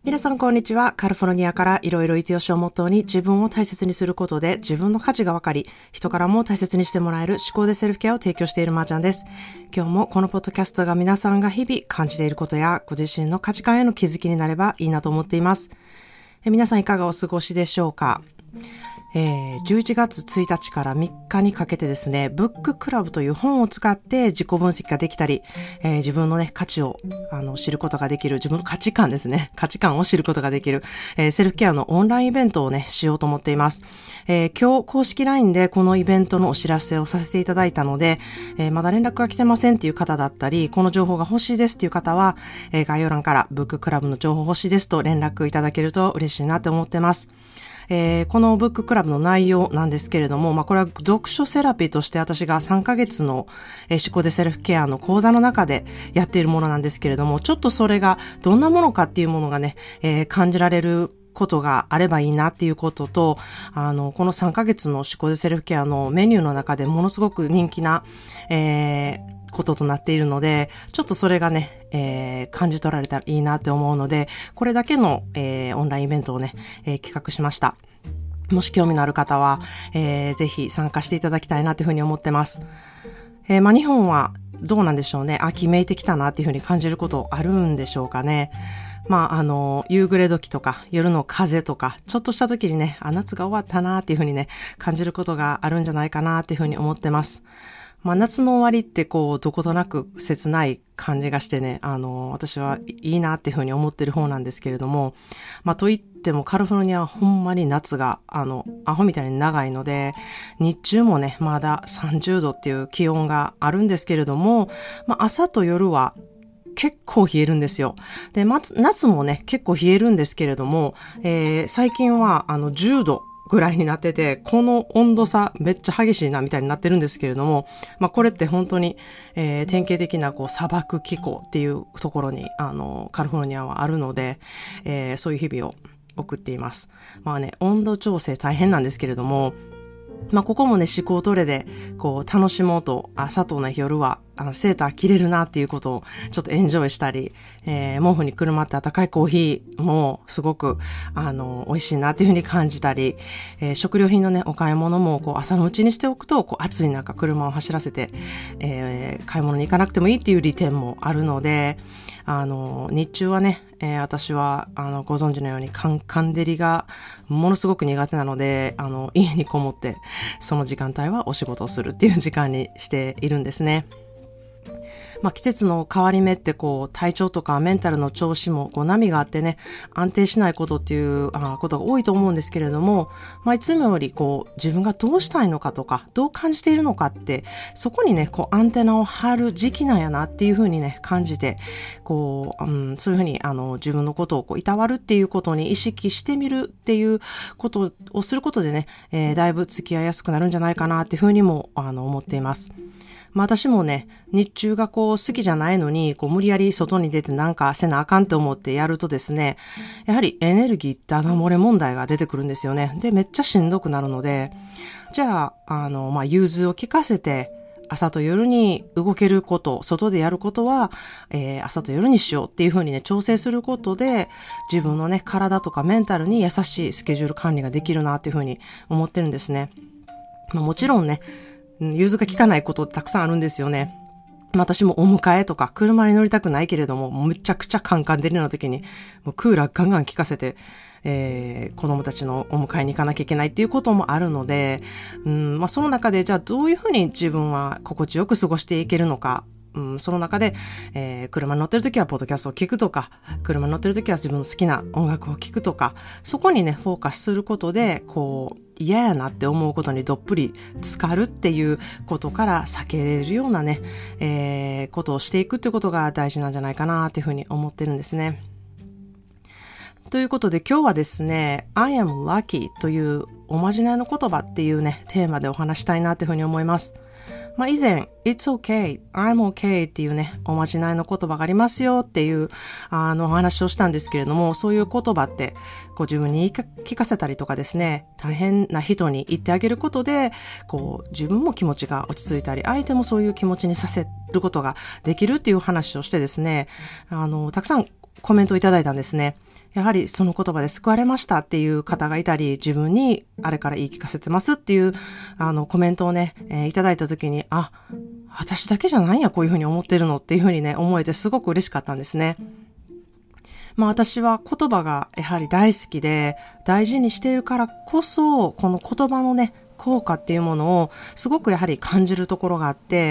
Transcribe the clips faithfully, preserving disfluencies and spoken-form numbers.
皆さんこんにちは。カリフォルニアからいろいろいてよしをモットーに自分を大切にすることで自分の価値が分かり、人からも大切にしてもらえる思考でセルフケアを提供しているまーちゃんです。今日もこのポッドキャストが皆さんが日々感じていることやご自身の価値観への気づきになればいいなと思っています。え皆さんいかがお過ごしでしょうか。えー、じゅういちがつついたちからみっかにかけてですね、ブッククラブという本を使って自己分析ができたり、えー、自分のね、価値をあの知ることができる、自分の価値観ですね、価値観を知ることができる、えー、セルフケアのオンラインイベントをね、しようと思っています。えー、今日公式 ライン でこのイベントのお知らせをさせていただいたので、えー、まだ連絡が来てませんっていう方だったり、この情報が欲しいですっていう方は、えー、概要欄からブッククラブの情報欲しいですと連絡いただけると嬉しいなって思ってます。えー、このブッククラブの内容なんですけれども、まあ、これは読書セラピーとして私がさんかげつの、えー、思考でセルフケアの講座の中でやっているものなんですけれども、ちょっとそれがどんなものかっていうものがね、えー、感じられることがあればいいなっていうことと、あの、このさんかげつの思考でセルフケアのメニューの中でものすごく人気な、えー、こととなっているので、ちょっとそれがね、えー、感じ取られたらいいなって思うので、これだけの、えー、オンラインイベントをね、えー、企画しました。もし興味のある方は、えー、ぜひ参加していただきたいなというふうに思ってます。えー、まあ、日本はどうなんでしょうね。秋めいてきたなっていうふうに感じることあるんでしょうかね。まあ、あの、夕暮れ時とか、夜の風とか、ちょっとした時にね、あ、夏が終わったなっていうふうにね、感じることがあるんじゃないかなっていうふうに思ってます。まあ、夏の終わりってこう、どことなく切ない感じがしてね、あの、私はいいなっていうふうに思ってる方なんですけれども、まあ、といってもカリフォルニアはほんまに夏が、あの、アホみたいに長いので、日中もね、まださんじゅうどっていう気温があるんですけれども、まあ、朝と夜は結構冷えるんですよ。で、夏もね、結構冷えるんですけれども、えー、最近はあのじゅうどぐらいになってて、この温度差めっちゃ激しいなみたいになってるんですけれども、まあこれって本当に、えー、典型的なこう砂漠気候っていうところにあのカリフォルニアはあるので、えー、そういう日々を送っています。まあね、温度調整大変なんですけれども、まあ、ここもね、思考トレで、こう、楽しもうと、朝とね、夜は、あの、セーター着れるなっていうことを、ちょっとエンジョイしたり、えー、毛布にくるまって温かいコーヒーも、すごく、あの、美味しいなっていうふうに感じたり、えー、食料品のね、お買い物も、こう、朝のうちにしておくと、こう、暑い中、車を走らせて、えー、買い物に行かなくてもいいっていう利点もあるので、あの、日中はね、えー、私は、あの、ご存知のように、カンカン照りがものすごく苦手なので、あの、家にこもって、その時間帯はお仕事をするっていう時間にしているんですね。まあ、季節の変わり目ってこう体調とかメンタルの調子もこう波があってね、安定しないことっていうあことが多いと思うんですけれども、まあ、いつもよりこう自分がどうしたいのかとかどう感じているのかって、そこにねこうアンテナを張る時期なんやなっていうふうにね感じて、こう、うん、そういうふうにあの自分のことをこういたわるっていうことに意識してみるっていうことをすることでね、えー、だいぶ付き合いやすくなるんじゃないかなっていうふうにもあの思っています。まあ私もね、日中がこう好きじゃないのに、こう無理やり外に出てなんかせなあかんと思ってやるとですね、やはりエネルギーダダ漏れ問題が出てくるんですよね。で、めっちゃしんどくなるので、じゃあ、あの、まあ融通を利かせて、朝と夜に動けること、外でやることは、えー、朝と夜にしようっていう風にね、調整することで、自分のね、体とかメンタルに優しいスケジュール管理ができるなっていう風に思ってるんですね。まあもちろんね、融通が利かないことってたくさんあるんですよね。私もお迎えとか車に乗りたくないけれども、むちゃくちゃカンカン照りの時にもうクーラーガンガン効かせて、えー、子供たちのお迎えに行かなきゃいけないっていうこともあるので、うんまあ、その中でじゃあどういうふうに自分は心地よく過ごしていけるのか、うん、その中で、えー、車に乗ってる時はポッドキャストを聞くとか、車に乗ってる時は自分の好きな音楽を聞くとか、そこにねフォーカスすることでこう嫌やなって思うことにどっぷり浸かるっていうことから避けれるようなね、えー、ことをしていくっていうことが大事なんじゃないかなっていうふうに思ってるんですね。ということで今日はですね、I am lucky というおまじないの言葉っていうね、テーマでお話したいなというふうに思います。まあ以前、It's okay, I'm okay っていうね、おまじないの言葉がありますよっていう、あのお話をしたんですけれども、そういう言葉って、こう自分に言い聞かせたりとかですね、大変な人に言ってあげることで、こう自分も気持ちが落ち着いたり、相手もそういう気持ちにさせることができるっていう話をしてですね、あの、たくさんコメントをいただいたんですね。 やはりその言葉で救われましたっていう方がいたり、自分にあれから言い聞かせてますっていうあのコメントをね、えー、いただいた時に、あ、私だけじゃないんや、こういうふうに思ってるのっていうふうにね、思えてすごく嬉しかったんですね。まあ私は言葉がやはり大好きで大事にしているからこそ、この言葉のね、効果っていうものをすごくやはり感じるところがあって、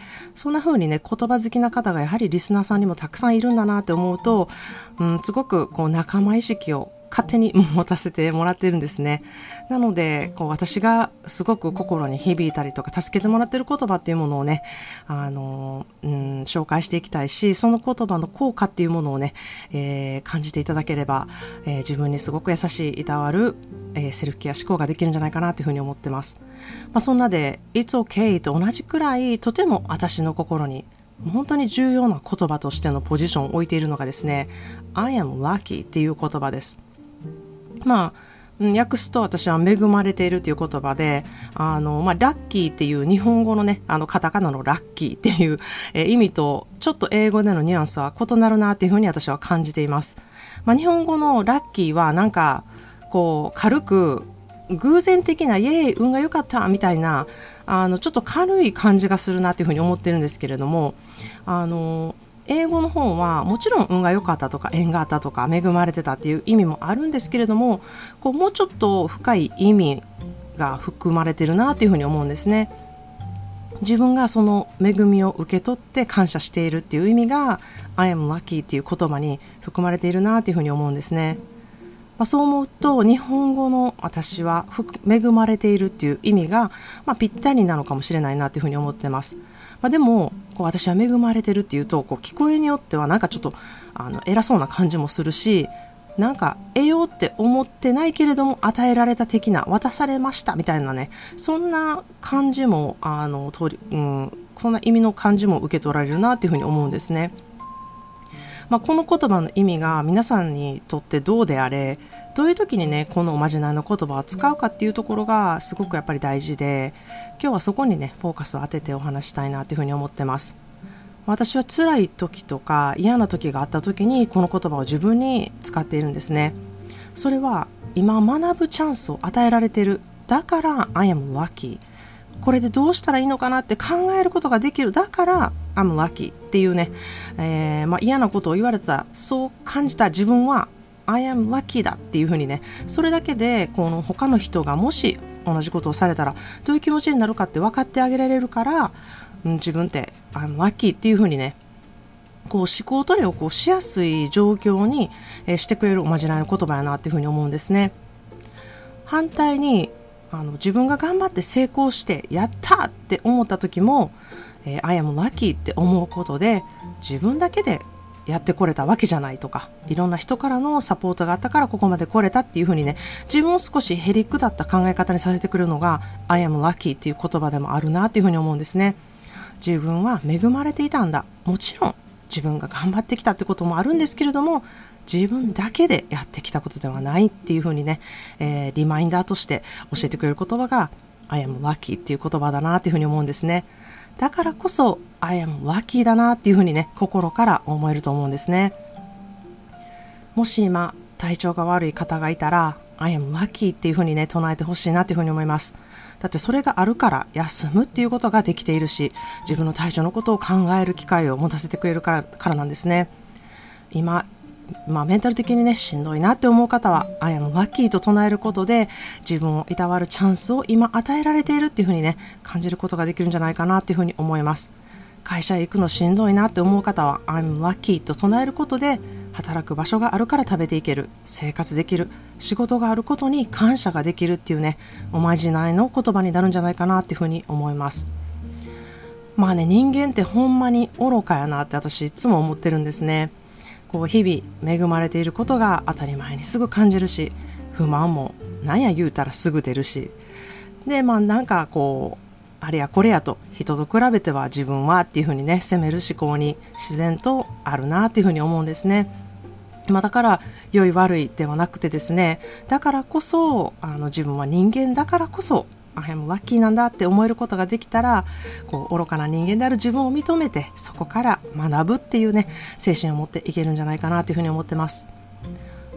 そんな風にね、言葉好きな方がやはりリスナーさんにもたくさんいるんだなって思うと、うん、すごくこう仲間意識を勝手に持たせてもらってるんですね。なので、こう私がすごく心に響いたりとか助けてもらってる言葉っていうものをね、あの、うん、紹介していきたいし、その言葉の効果っていうものをね、えー、感じていただければ、えー、自分にすごく優しい、いたわる、えー、セルフケア思考ができるんじゃないかなというふうに思ってます。まあ、そんなで、It's okay と同じくらいとても私の心に本当に重要な言葉としてのポジションを置いているのがですね、I am lucky っていう言葉です。まあ、訳すと私は恵まれているという言葉で、あの、まあ、ラッキーっていう日本語のね、あの、カタカナのラッキーっていう、えー、意味と、ちょっと英語でのニュアンスは異なるなっていうふうに私は感じています。まあ、日本語のラッキーはなんか、こう、軽く、偶然的な、イエーイ、運が良かったみたいな、あの、ちょっと軽い感じがするなっていうふうに思ってるんですけれども、あの、英語の方はもちろん運が良かったとか縁があったとか恵まれてたっていう意味もあるんですけれども、こうもうちょっと深い意味が含まれてるなっていうふうに思うんですね。自分がその恵みを受け取って感謝しているっていう意味が I am lucky っていう言葉に含まれているなっていうふうに思うんですね。まあ、そう思うと日本語の私は恵まれているっていう意味が、まあ、ぴったりなのかもしれないなっていうふうに思ってます。まあ、でもこう私は恵まれてるっていうとこう聞こえによってはなんかちょっとあの偉そうな感じもするし、なんか得ようって思ってないけれども与えられた的な、渡されましたみたいなね、そんな感じもあの通り、うん、そんな意味の感じも受け取られるなっていうふうに思うんですね。まあ、この言葉の意味が皆さんにとってどうであれ、どういう時にねこのおまじないの言葉を使うかっていうところがすごくやっぱり大事で、今日はそこにねフォーカスを当ててお話したいなというふうに思ってます。私は辛い時とか嫌な時があった時にこの言葉を自分に使っているんですね。それは今学ぶチャンスを与えられている、だから I am lucky、 これでどうしたらいいのかなって考えることができる、だから I'm lucky っていうね、えーまあ、嫌なことを言われた、そう感じた自分は I am lucky だっていうふうにね、それだけでこの他の人がもし同じことをされたらどういう気持ちになるかって分かってあげられるから、うん、自分って I'm lucky っていうふうにね、こう思考トレをこうしやすい状況に、えー、してくれるおまじないの言葉やなっていうふうに思うんですね。反対にあの自分が頑張って成功してやったって思った時も、えー、I am lucky って思うことで、自分だけでやってこれたわけじゃないとか、いろんな人からのサポートがあったからここまで来れたっていう風にね、自分を少しへりくだった考え方にさせてくれるのが I am lucky っていう言葉でもあるなっていう風に思うんですね。自分は恵まれていたんだ、もちろん自分が頑張ってきたってこともあるんですけれども、自分だけでやってきたことではないっていう風にね、えー、リマインダーとして教えてくれる言葉が I am lucky っていう言葉だなっていう風に思うんですね。だからこそ I am lucky だなっていう風にね、心から思えると思うんですね。もし今体調が悪い方がいたら I am lucky っていう風にね唱えてほしいなっていう風に思います。だってそれがあるから休むっていうことができているし、自分の体調のことを考える機会を持たせてくれるから、からなんですね。今まあ、メンタル的にねしんどいなって思う方は I am lucky と唱えることで、自分をいたわるチャンスを今与えられているっていうふうにね感じることができるんじゃないかなっていうふうに思います。会社へ行くのしんどいなって思う方は I'm lucky と唱えることで、働く場所があるから食べていける、生活できる、仕事があることに感謝ができるっていうね、おまじないの言葉になるんじゃないかなっていうふうに思います。まあね、人間ってほんまに愚かやなって私いつも思ってるんですね。こう日々恵まれていることが当たり前にすぐ感じるし、不満もなんや言うたらすぐ出るし、でまあなんかこうあれやこれやと人と比べては自分はっていうふうにね責める思考に自然とあるなっていうふうに思うんですね。まあ、だから良い悪いではなくてですね、だからこそあの自分は人間だからこそI am lucky なんだって思えることができたら、こう愚かな人間である自分を認めて、そこから学ぶっていうね精神を持っていけるんじゃないかなというふうに思ってます。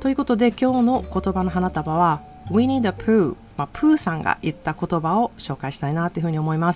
ということで今日の言葉の花束は Winnie the Pooh、まあ、プーさんが言った言葉を紹介したいなというふうに思います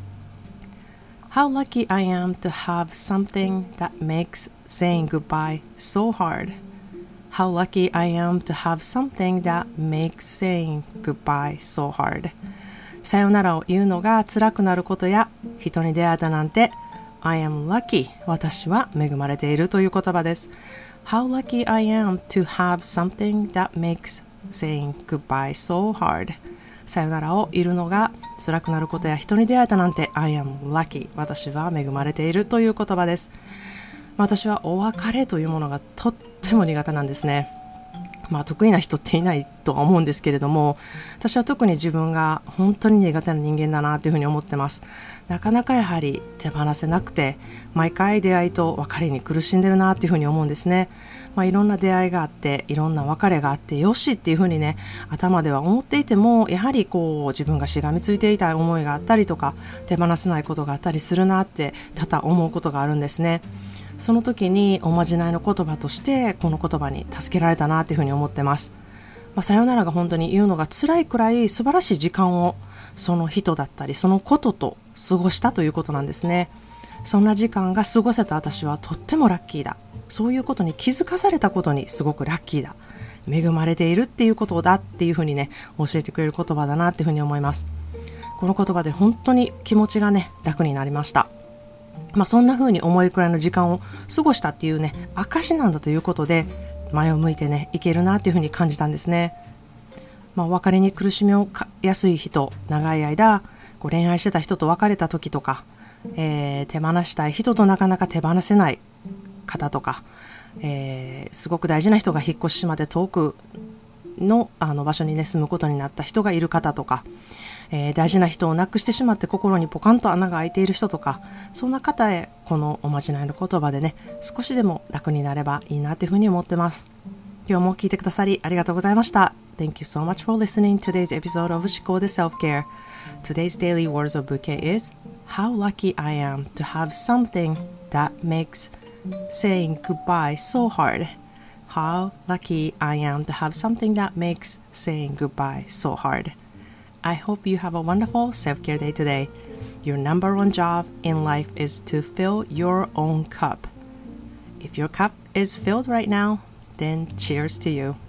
。How lucky I am to have something that makes saying goodbye so hard. How lucky I am to have something that makes saying goodbye so hard. さよならを言うのが辛くなることや人に出会えたなんて I am lucky 私は恵まれているという言葉です。How lucky I am to have something that makes saying goodbye so hard. さよならを言うのが辛くなることや人に出会えたなんて I am lucky 私は恵まれているという言葉です。私はお別れというものがとっても苦手なんですね。まあ得意な人っていないとは思うんですけれども、私は特に自分が本当に苦手な人間だなというふうに思ってます。なかなかやはり手放せなくて、毎回出会いと別れに苦しんでるなというふうに思うんですね。まあいろんな出会いがあって、いろんな別れがあって、よしっていうふうにね、頭では思っていても、やはりこう自分がしがみついていた思いがあったりとか、手放せないことがあったりするなって多々思うことがあるんですね。その時におまじないの言葉としてこの言葉に助けられたなというふうに思ってます。まあ、さよならが本当に言うのが辛いくらい素晴らしい時間をその人だったりそのことと過ごしたということなんですね。そんな時間が過ごせた私はとってもラッキーだ。そういうことに気づかされたことにすごくラッキーだ。恵まれているっていうことだっていうふうにね教えてくれる言葉だなっていうふうに思います。この言葉で本当に気持ちがね楽になりました。まあそんな風に思えるくらいの時間を過ごしたっていうね証なんだということで前を向いてねいけるなっていう風に感じたんですね。まあお別れに苦しみをやすい人、長い間こう恋愛してた人と別れた時とか、えー、手放したい人となかなか手放せない方とか、えー、すごく大事な人が引っ越しまで遠くのあの場所にね住むことになった人がいる方とか、えー、大事な人を亡くしてしまって心にポカンと穴が開いている人とか、そんな方へこのおまじないの言葉でね少しでも楽になればいいなというふうに思ってます。今日も聞いてくださりありがとうございました。 Thank you so much for listening to today's episode of 思考で Self-Care. Today's daily words of bouquet is How lucky I am to have something that makes saying goodbye so hard.How lucky I am to have something that makes saying goodbye so hard. I hope you have a wonderful self-care day today. Your number one job in life is to fill your own cup. If your cup is filled right now, then cheers to you.